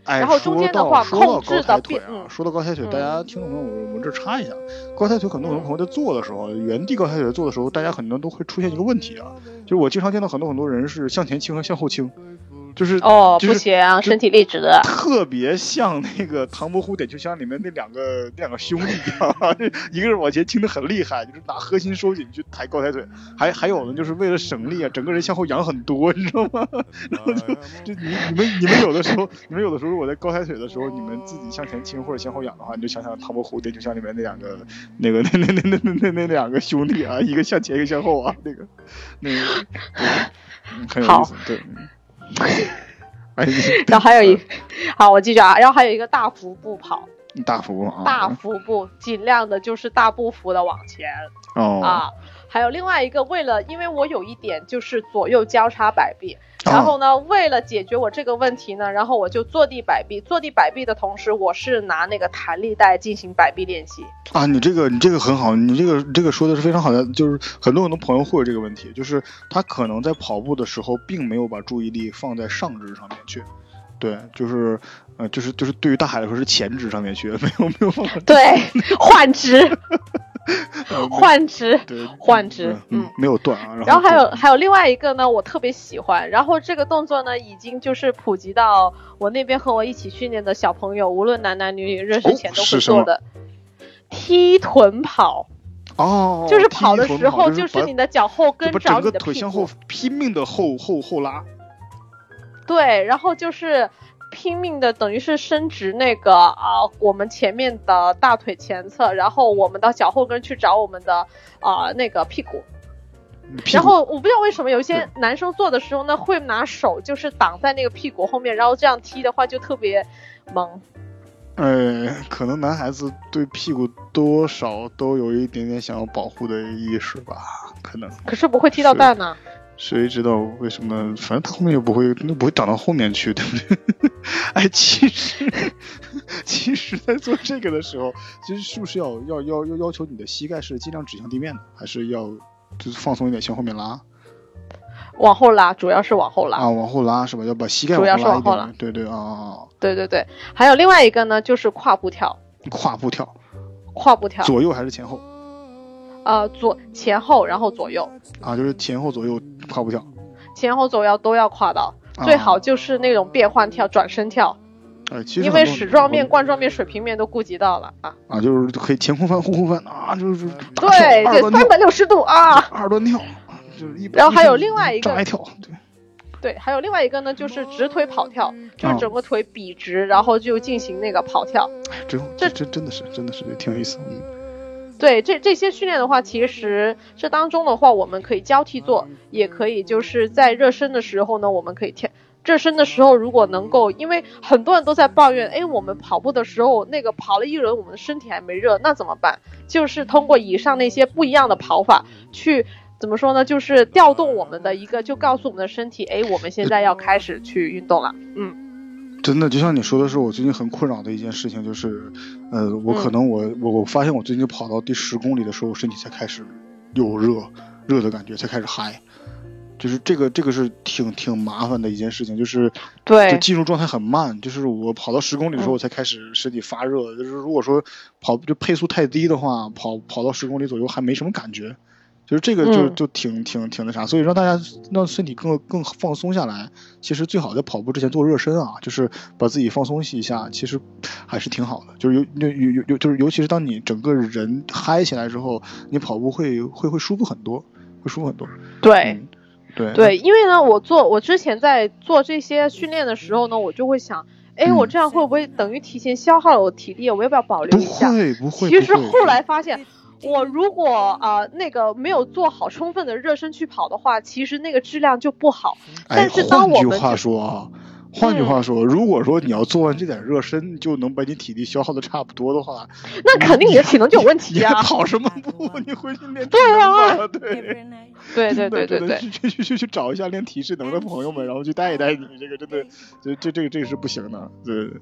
哎， 然后中间的话控制的变。 啊，说到高抬腿，大家听众朋友，我们这插一下，高抬腿很多很多朋友在做的时候，原地高抬腿做的时候，大家很多都会出现一个问题啊，就是我经常见到很多很多人是向前倾和向后倾。就是哦， 就是、 不行，身体立直的， 特别像那个《唐伯虎点秋香》里面那两个那两个兄弟啊，一个是往前倾得很厉害，就是拿核心收紧去抬高抬腿，还还有呢，就是为了省力啊，整个人向后仰很多，你知道吗？然后就就你你们你们有的时候，你们有的时候我在高抬腿的时候，你们自己向前倾或者向后仰的话，你就想想《唐伯虎点秋香》里面那两个那个那那那那那那那两个兄弟啊，一个向前一个向后啊，那个那个嗯很有意思，对。 哎、然后还有一，好，我继续啊。然后还有一个大幅步跑， 大幅步啊， 大幅步，尽量的就是大步幅的往前。 哦啊，还有另外一个，为了因为我有一点就是左右交叉摆臂，然后呢，哦、为了解决我这个问题呢，然后我就坐地摆臂，坐地摆臂的同时，我是拿那个弹力带进行摆臂练习。 啊，你这个你这个很好，你这个这个说的是非常好的，就是很多很多朋友会有这个问题，就是他可能在跑步的时候并没有把注意力放在上肢上面去，对，就是呃就是就是对于大海来说是前肢上面去，没有没有放对换肢。换肢，换肢， 嗯，没有断啊。 然后, 然后还有还有另外一个呢，我特别喜欢。然后这个动作呢，已经就是普及到我那边和我一起训练的小朋友，无论男男女女，热身前都会做的、哦、踢臀跑。 哦， 就是跑的时候，就是你的脚后跟着你的屁股， 腿向后拼命的后后后拉。 对，然后就是拼命的等于是伸直那个啊、呃，我们前面的大腿前侧，然后我们的脚后跟去找我们的啊、呃、那个屁股。然后我不知道为什么有些男生做的时候呢，会拿手就是挡在那个屁股后面，然后这样踢的话就特别萌。 呃，可能男孩子对屁股多少都有一点点想要保护的意识吧，可能。 可是不会踢到蛋呢。 谁知道为什么？反正他后面又不会，那不会长到后面去，对不对？哎，其实，其实，在做这个的时候，其实是不是要要要要要求你的膝盖是尽量指向地面的，还是要就是放松一点，向后面拉？ 往后拉，主要是往后拉啊，往后拉是吧？要把膝盖往后拉一点。主要是往后拉。对对啊。 对对对，还有另外一个呢，就是跨步跳。 跨步跳。 跨步跳。 左右还是前后？ 呃，左前后，然后左右啊，就是前后左右跨步跳， 前后左右都要跨到，啊、最好就是那种变换跳、转身跳。 哎，其实因为矢状面、冠状面、水平面都顾及到了啊。 啊，就是可以前空翻、后空翻啊，就是对对，三百六十度啊， 二段跳，就是一。 然后还有另外一个障碍跳，对。 对，还有另外一个呢，就是直腿跑跳，就是整个腿笔直，啊、然后就进行那个跑跳。 哎，这这这真的是真的是挺有意思，嗯。 对，这这些训练的话，其实这当中的话，我们可以交替做，也可以就是在热身的时候呢，我们可以跳。热身的时候，如果能够，因为很多人都在抱怨，哎，我们跑步的时候那个跑了一轮，我们的身体还没热，那怎么办？就是通过以上那些不一样的跑法，去怎么说呢？就是调动我们的一个，就告诉我们的身体，哎，我们现在要开始去运动了。嗯。 真的，就像你说的是，我最近很困扰的一件事情，就是，呃，我可能我、嗯、我我发现我最近跑到第十公里的时候，身体才开始有热热的感觉，才开始嗨，就是这个这个是挺挺麻烦的一件事情，就是对， 就进入状态很慢，就是我跑到十公里的时候，我才开始身体发热，嗯、就是如果说跑就配速太低的话，跑跑到十公里左右还没什么感觉。就是这个就就挺挺挺那啥，所以让大家让身体更更放松下来。其实最好在跑步之前做热身啊，就是把自己放松一下，其实还是挺好的。就是有有有有就是尤其是当你整个人嗨起来之后，你跑步会会会舒服很多，会舒服很多。 对， 嗯、对对，因为呢，我做我之前在做这些训练的时候呢，我就会想。哎，我这样会不会等于提前消耗了我体力？我要不要保留一下？ 不会，不会。 其实后来发现，我如果啊、呃、那个没有做好充分的热身去跑的话，其实那个质量就不好。但是当我们换句话说啊，换句话说，嗯、如果说你要做完这点热身，就能把你体力消耗的差不多的话， 那肯定你的体能就有问题啊！ 你跑什么步？你回去练对啊， 对。 对对对对对， 去去去去找一下练体适能的朋友们，然后去带一带你，这个真的，这这这个这个是不行的，对。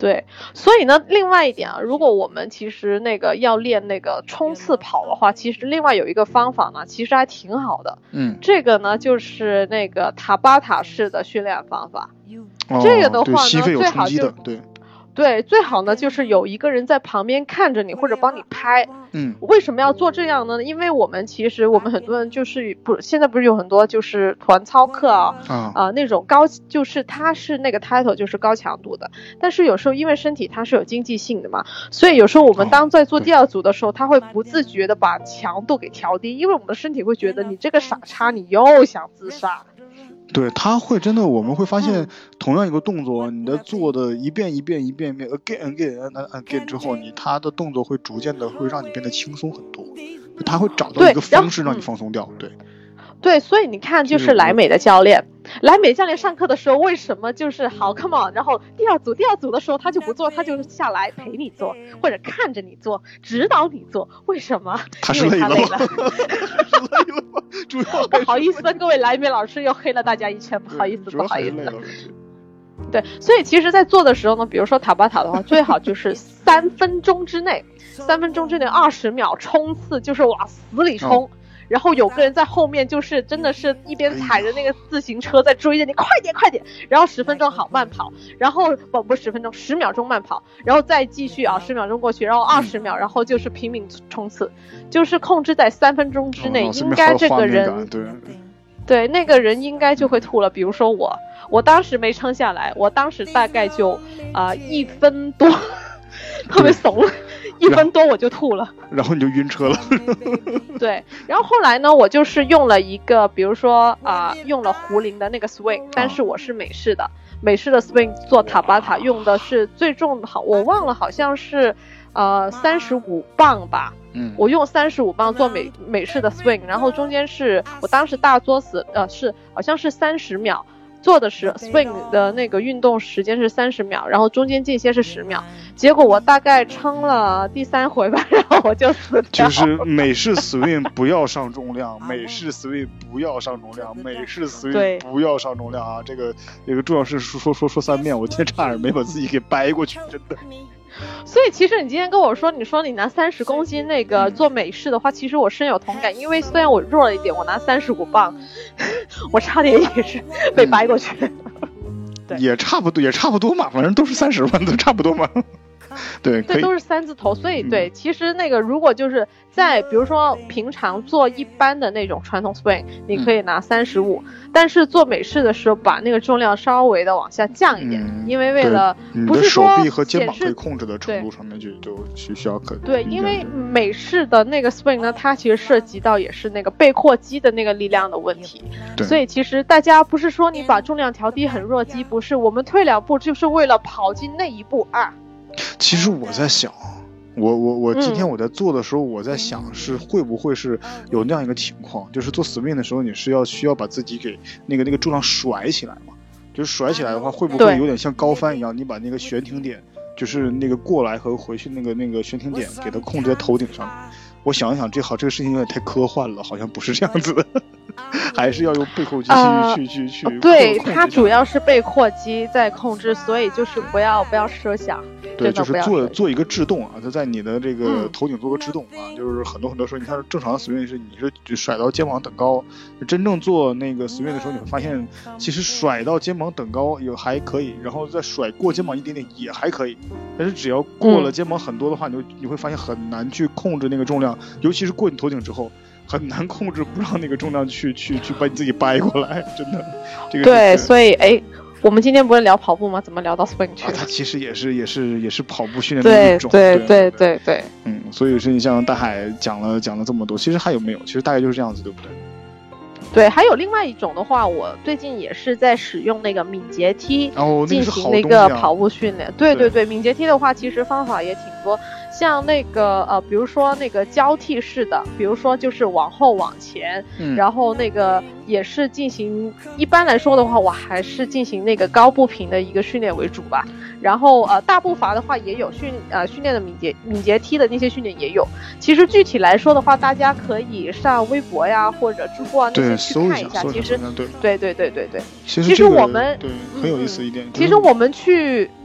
对，所以呢，另外一点啊，如果我们其实那个要练那个冲刺跑的话，其实另外有一个方法呢，其实还挺好的。 嗯， 这个呢就是那个塔巴塔式的训练方法。 哦、 这个的话呢， 对最好就对。 对，最好呢就是有一个人在旁边看着你或者帮你拍。 嗯， 为什么要做这样呢？因为我们其实我们很多人就是不现在不是有很多就是团操课啊啊、呃、那种高就是它是那个 title 就是高强度的，但是有时候因为身体它是有经济性的嘛，所以有时候我们当在做第二组的时候，它、哦、会不自觉的把强度给调低，因为我们的身体会觉得你这个傻叉你又想自杀。 对，他会真的，我们会发现同样一个动作，你的做的一遍一遍一遍一遍 again again again 之后，你他的动作会逐渐的会让你变得轻松很多，他会找到一个方式让你放松掉。对。 对，所以你看，就是莱美的教练，莱美教练上课的时候，为什么就是好 come on， 然后第二组第二组的时候他就不做，他就下来陪你做，或者看着你做，指导你做，为什么？ 他是累了， 因为他累了， 是累了吗？主要不好意思的，各位莱美老师又黑了大家一圈，不好意思，不好意思。对，所以其实，在做的时候呢，比如说塔巴塔的话，最好就是三分钟之内，三分钟之内二十秒冲刺，就是往死里冲。哦，然后有个人在后面，就是真的是一边踩着那个自行车在追着你，快点快点，然后十分钟好慢跑，然后不不十分钟十秒钟慢跑，然后再继续啊十秒钟过去，然后二十秒，然后就是拼命冲刺，就是控制在三分钟之内，应该这个人对对那个人应该就会吐了。比如说我，我当时没撑下来，我当时大概就啊、呃、一分多，特别怂了。一分多我就吐了， 然后你就晕车了。 对，然后后来呢，我就是用了一个，比如说啊、呃，用了壶铃的那个 swing， 但是我是美式的，美式的 swing 做塔巴塔用的是最重的，好，我忘了，好像是呃三十五磅吧。 嗯， 我用三十五磅做美美式的 swing， 然后中间是我当时大作死，呃，是好像是三十秒。做的是 swing 的那个运动时间是三十秒，然后中间间歇是十秒，结果我大概撑了第三回吧，然后我就死掉。 就是美式 swing 不要上重量，美式 swing 不要上重量，美式 swing 不要上重量啊！这个这个重要是说说说说三遍，我今天差点没把自己给掰过去，真的。 所以其实你今天跟我说，你说你拿三十公斤那个做美式的话，其实我深有同感，因为虽然我弱了一点，我拿三十五磅，我差点也是被掰过去。对， 也差不多，也差不多嘛，反正都是三十万，都差不多嘛。对， 对，都是三字头，所以对，嗯、其实那个如果就是在比如说平常做一般的那种传统 swing， 你可以拿三十五，但是做美式的时候把那个重量稍微的往下降一点，嗯、因为为了不是说你的手臂和肩膀可以控制的程度上面就就需要可对，因为美式的那个 swing 呢，它其实涉及到也是那个背阔肌的那个力量的问题，所以其实大家不是说你把重量调低很弱鸡，不是，我们退两步就是为了跑进那一步啊。 其实我在想，我我我今天我在做的时候，我在想是会不会是有那样一个情况，就是做 swing 的时候，你是要需要把自己给那个那个重量甩起来嘛？就是甩起来的话，会不会有点像高翻一样，你把那个悬停点，就是那个过来和回去那个那个悬停点，给它控制在头顶上？我想一想，这好这个事情有点太科幻了，好像不是这样子的。还是要用背阔肌去、呃、去去去对，它主要是背阔肌在控制，所以就是不要不要设想， 对，就是做做一个制动啊，就在你的这个头顶做个制动啊，嗯、就是很多很多时候，你看正常的 swing 是你是甩到肩膀等高，真正做那个 swing 的时候，你会发现其实甩到肩膀等高也还可以，然后再甩过肩膀一点点也还可以，但是只要过了肩膀很多的话，嗯、你就你会发现很难去控制那个重量，尤其是过你头顶之后。很难控制，不让那个重量去去去把你自己掰过来，真的。这个对，所以哎，我们今天不是聊跑步吗？怎么聊到 swing 去了？ 啊，它其实也是也是也是跑步训练的一种。 对对对对对。 嗯，所以是你像大海讲了讲了这么多，其实还有没有？其实大概就是这样子，对不对？ 对，还有另外一种的话，我最近也是在使用那个敏捷踢进行那个跑步训练。 哦， 对对对，敏捷踢的话，其实方法也挺多。像那个呃，比如说那个交替式的，比如说就是往后往前， 嗯、 然后那个也是进行，一般来说的话，我还是进行那个高步频的一个训练为主吧。然后呃，大步伐的话也有训呃训练的敏捷敏捷踢的那些训练也有。其实具体来说的话，大家可以上微博呀或者知乎啊那些去看一下。其实对对对对对对， 其实、 这个、其实我们对很有意思一点。 嗯、其实我们去。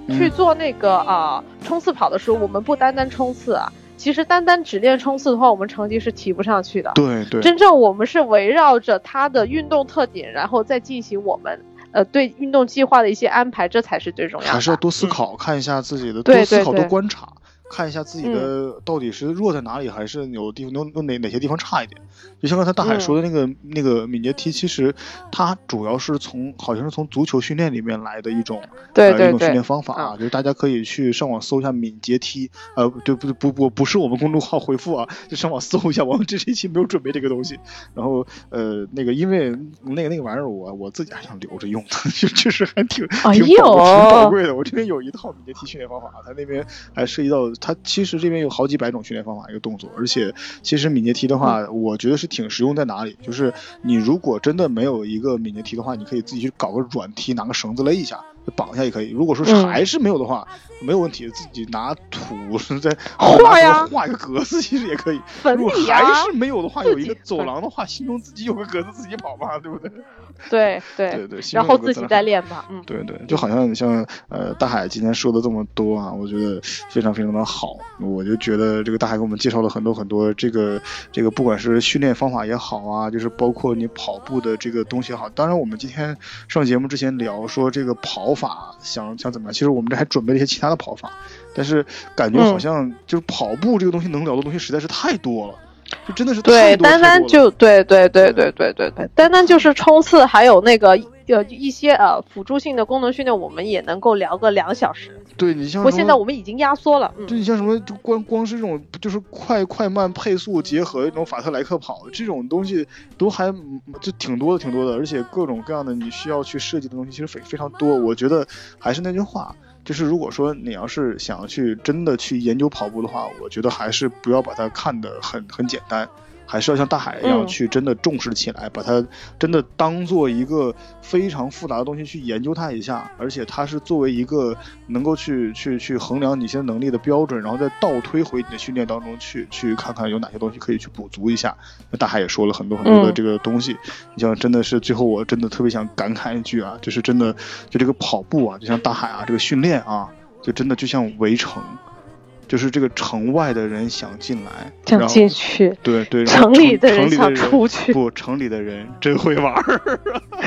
去做那个啊、呃、冲刺跑的时候，我们不单单冲刺啊，其实单单只练冲刺的话，我们成绩是提不上去的。 对对， 真正我们是围绕着它的运动特点，然后再进行我们呃对运动计划的一些安排，这才是最重要的。 还是要多思考，嗯、看一下自己的， 多思考， 对对对多观察。看一下自己的到底是弱在哪里，嗯、还是有地方有有哪哪些地方差一点。就像刚才大海说的那个、嗯、那个敏捷踢，其实它主要是从好像是从足球训练里面来的一种对对对、 呃、一种训练方法啊， 嗯、 就是大家可以去上网搜一下敏捷踢，呃，对不不不不是我们公众号回复啊，就上网搜一下。我们这一期没有准备这个东西，然后呃那个因为那个那个玩意儿我我自己还想留着用的，就确实还挺挺宝、哎、挺宝贵的。我这边有一套敏捷踢训练方法，它那边还涉及到。它其实这边有好几百种训练方法一个动作，而且其实敏捷踢的话、嗯、我觉得是挺实用在哪里，就是你如果真的没有一个敏捷踢的话，你可以自己去搞个软踢，拿个绳子勒一下绑一下也可以。如果说还是没有的话、嗯、没有问题，自己拿土在画呀， 画一个格子其实也可以。 如果还是没有的话，有一个走廊的话，心中自己有个格子自己跑嘛，对不对？ 对对对对， 然后自己再练吧。嗯， 对对，就好像像呃大海今天说的这么多啊，我觉得非常非常的好。我就觉得这个大海给我们介绍了很多很多这个这个不管是训练方法也好啊，就是包括你跑步的这个东西也好。当然我们今天上节目之前聊说这个跑法想想怎么样，其实我们这还准备了一些其他的跑法，但是感觉好像就是跑步这个东西能聊的东西实在是太多了。就真的是对，单单就对对对对对对对，单单就是冲刺，还有那个呃一些呃辅助性的功能训练，我们也能够聊个两小时。 对，你像不过现在我们已经压缩了，嗯， 就你像什么，就光光是这种就是快快慢配速结合这种法特莱克跑这种东西，都还就挺多的挺多的，而且各种各样的你需要去设计的东西其实非非常多。我觉得还是那句话。就是如果说你要是想要去真的去研究跑步的话，我觉得还是不要把它看得很很简单，还是要像大海一样去真的重视起来、嗯、把它真的当做一个非常复杂的东西去研究它一下，而且它是作为一个能够去去去衡量你现在能力的标准，然后再倒推回你的训练当中去去看看有哪些东西可以去补足一下。那大海也说了很多很多的这个东西、嗯、你像真的是最后我真的特别想感慨一句啊，就是真的就这个跑步啊，就像大海啊这个训练啊，就真的就像围城，就是这个城外的人想进来， 想进去， 对对， 城里的人想出去， 不，城里的人真会玩儿。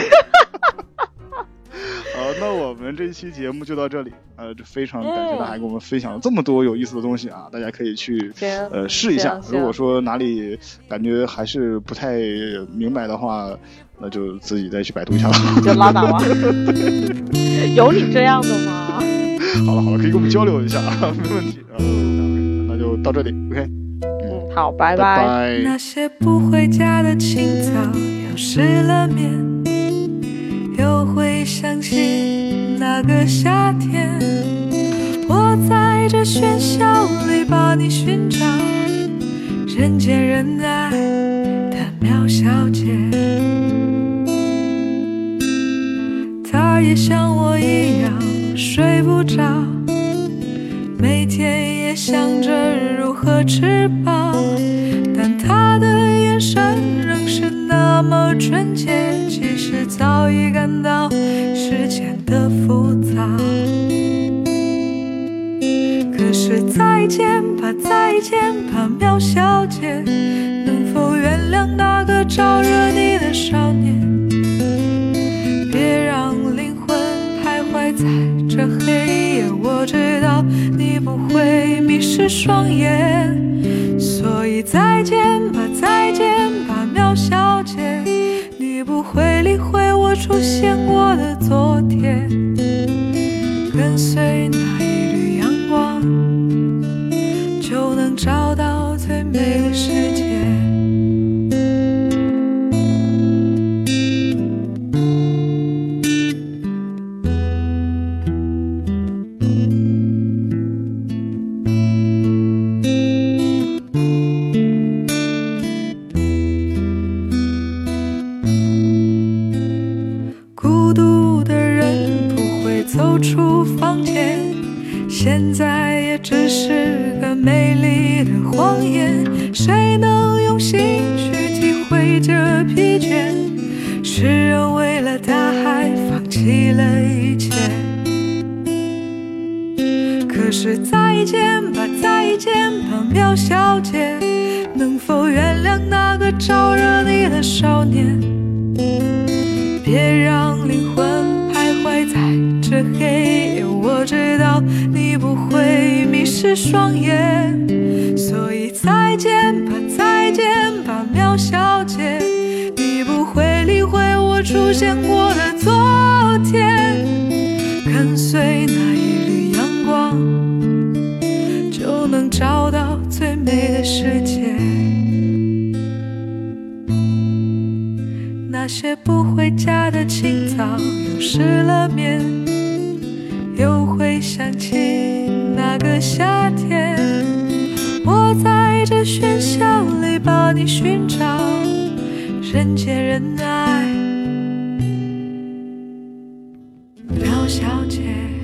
好，那我们这期节目就到这里，呃，非常感谢大家给我们分享了这么多有意思的东西啊，大家可以去呃试一下。如果说哪里感觉还是不太明白的话，那就自己再去百度一下吧。 就拉倒吧。有你这样的吗？ 好了好了，可以跟我们交流一下，没问题啊。那就到这里 ，OK。 嗯，好，拜拜。拜拜。 那些不回家的清早，又失了眠，又会想起那个夏天。我在这喧嚣里把你寻找，人见人爱的苗小姐。她也像我一样睡不着，每天也想着如何吃饱，但她的眼神仍是那么纯洁，其实早已感到世间的复杂。可是再见吧再见吧苗小姐，能否原谅那个招惹你的少年，别让灵魂徘徊在这黑夜，我知道你不会迷失双眼，所以再见吧再见吧苗小姐，你不会理会我出现过的昨天，跟随那一缕阳光就能找到最美的世界。孤独的人不会走出房间，现在也只是个美丽的谎言，谁能用心去体会这疲倦，诗人为了大海放弃了一切。 再见吧，再见吧，苗小姐，能否原谅那个招惹你的少年？别让灵魂徘徊在这黑夜，我知道你不会迷失双眼，所以再见吧，再见吧，苗小姐，你不会理会我出现过的昨天，跟随那一缕阳光，就能找到最美的世界。那些不回家的清早，又失了眠，又会想起那个夏天。我在这喧嚣里帮你寻找人见人爱，苗小姐。